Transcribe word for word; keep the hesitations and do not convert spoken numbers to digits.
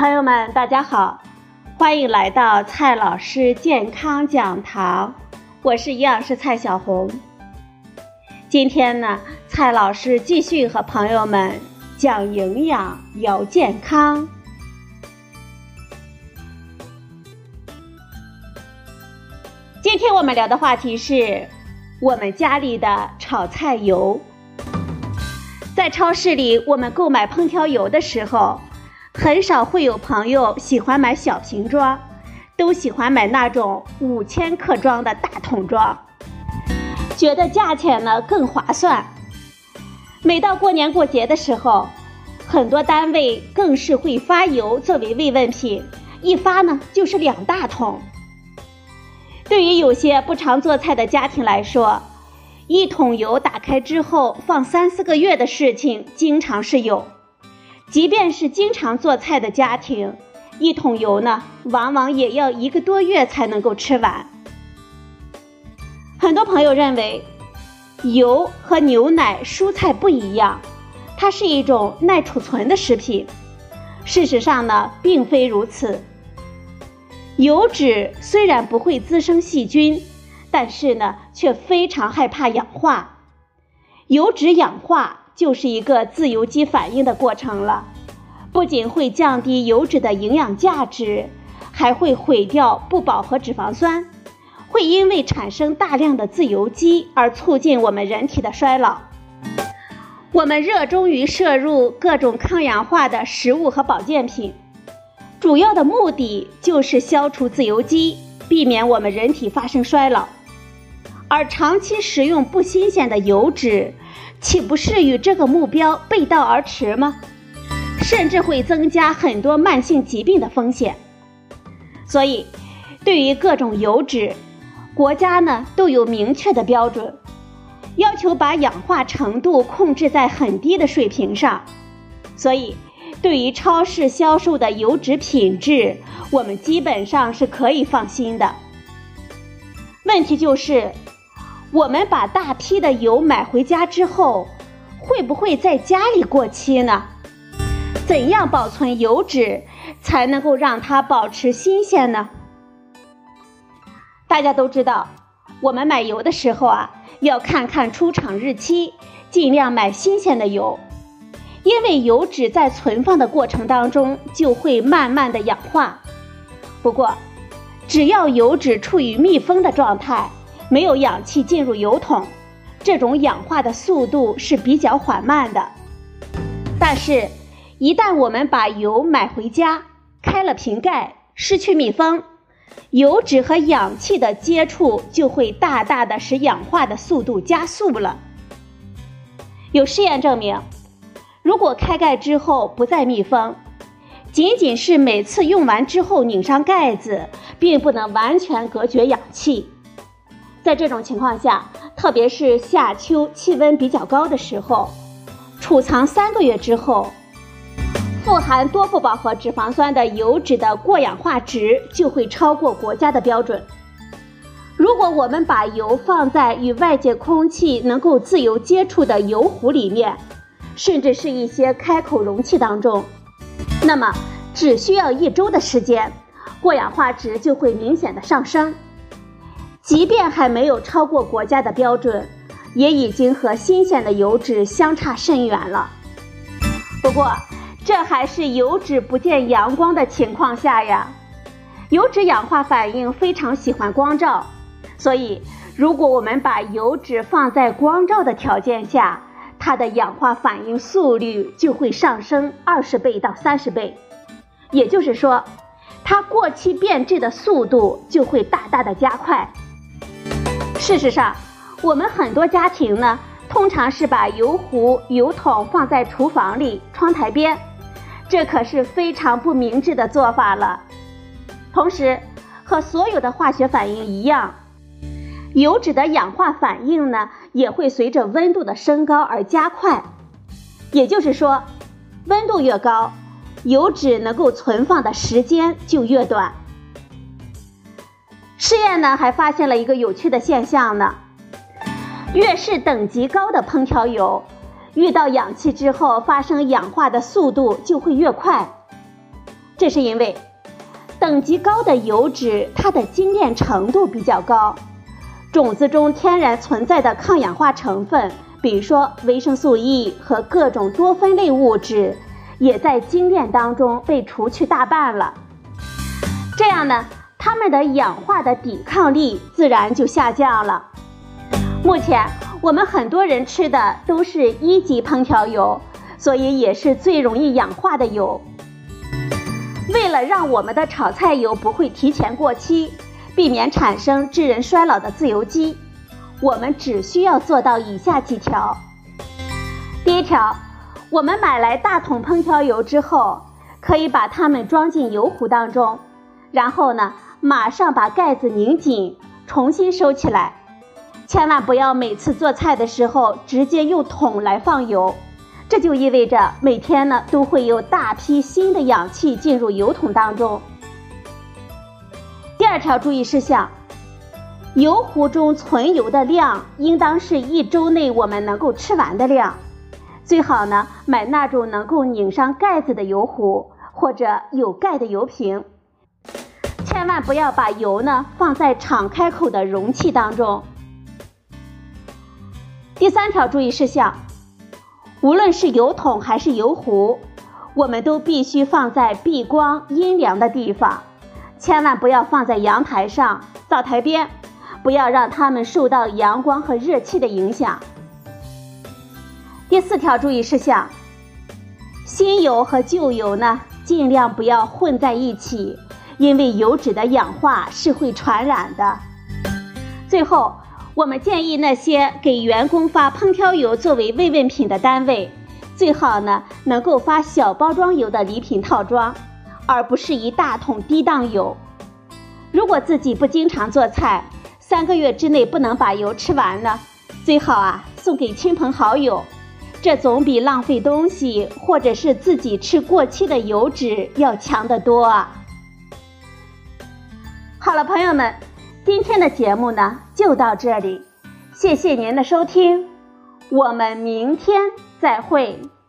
朋友们大家好，欢迎来到蔡老师健康讲堂，我是营养师蔡小红。今天呢，蔡老师继续和朋友们讲营养聊健康。今天我们聊的话题是我们家里的炒菜油。在超市里，我们购买烹调油的时候，很少会有朋友喜欢买小瓶装，都喜欢买那种五千克装的大桶装，觉得价钱呢更划算。每到过年过节的时候，很多单位更是会发油作为慰问品，一发呢就是两大桶。对于有些不常做菜的家庭来说，一桶油打开之后放三四个月的事情经常是有。即便是经常做菜的家庭，一桶油呢，往往也要一个多月才能够吃完。很多朋友认为，油和牛奶、蔬菜不一样，它是一种耐储存的食品。事实上呢，并非如此。油脂虽然不会滋生细菌，但是呢，却非常害怕氧化。油脂氧化就是一个自由基反应的过程了，不仅会降低油脂的营养价值，还会毁掉不饱和脂肪酸，会因为产生大量的自由基而促进我们人体的衰老。我们热衷于摄入各种抗氧化的食物和保健品，主要的目的就是消除自由基，避免我们人体发生衰老。而长期食用不新鲜的油脂，岂不是与这个目标背道而驰吗？甚至会增加很多慢性疾病的风险。所以，对于各种油脂，国家呢都有明确的标准，要求把氧化程度控制在很低的水平上。所以，对于超市销售的油脂品质，我们基本上是可以放心的。问题就是，我们把大批的油买回家之后，会不会在家里过期呢？怎样保存油脂才能够让它保持新鲜呢？大家都知道，我们买油的时候啊，要看看出厂日期，尽量买新鲜的油。因为油脂在存放的过程当中就会慢慢的氧化。不过，只要油脂处于密封的状态，没有氧气进入油桶，这种氧化的速度是比较缓慢的。但是，一旦我们把油买回家，开了瓶盖，失去密封，油脂和氧气的接触就会大大的使氧化的速度加速了。有试验证明，如果开盖之后不再密封，仅仅是每次用完之后拧上盖子，并不能完全隔绝氧气。在这种情况下，特别是夏秋气温比较高的时候，储藏三个月之后，富含多不饱和脂肪酸的油脂的过氧化值就会超过国家的标准。如果我们把油放在与外界空气能够自由接触的油壶里面，甚至是一些开口容器当中，那么只需要一周的时间，过氧化值就会明显的上升。即便还没有超过国家的标准，也已经和新鲜的油脂相差甚远了。不过，这还是油脂不见阳光的情况下呀。油脂氧化反应非常喜欢光照，所以如果我们把油脂放在光照的条件下，它的氧化反应速率就会上升二十倍到三十倍。也就是说，它过期变质的速度就会大大的加快。事实上，我们很多家庭呢，通常是把油壶、油桶放在厨房里、窗台边，这可是非常不明智的做法了。同时，和所有的化学反应一样，油脂的氧化反应呢，也会随着温度的升高而加快。也就是说，温度越高，油脂能够存放的时间就越短。试验呢还发现了一个有趣的现象呢，越是等级高的烹调油，遇到氧气之后发生氧化的速度就会越快。 这是因为等级高的油脂它的精炼程度比较高，种子中天然存在的抗氧化成分，比如说维生素 E 和各种多酚类物质，也在精炼当中被除去大半了。这样呢，它们的氧化的抵抗力自然就下降了。目前我们很多人吃的都是一级烹调油，所以也是最容易氧化的油。为了让我们的炒菜油不会提前过期，避免产生致人衰老的自由基，我们只需要做到以下几条。第一条，我们买来大桶烹调油之后，可以把它们装进油壶当中，然后呢，马上把盖子拧紧，重新收起来。千万不要每次做菜的时候直接用桶来放油，这就意味着每天呢都会有大批新的氧气进入油桶当中。第二条注意事项，油壶中存油的量应当是一周内我们能够吃完的量，最好呢买那种能够拧上盖子的油壶，或者有盖的油瓶。千万不要把油呢放在敞开口的容器当中。第三条注意事项，无论是油桶还是油壶，我们都必须放在避光阴凉的地方，千万不要放在阳台上、灶台边，不要让它们受到阳光和热气的影响。第四条注意事项，新油和旧油呢，尽量不要混在一起，因为油脂的氧化是会传染的。最后，我们建议那些给员工发烹调油作为慰问品的单位，最好呢能够发小包装油的礼品套装，而不是一大桶低档油。如果自己不经常做菜，三个月之内不能把油吃完呢，最好啊送给亲朋好友，这总比浪费东西或者是自己吃过期的油脂要强得多啊。好了，朋友们，今天的节目呢就到这里，谢谢您的收听，我们明天再会。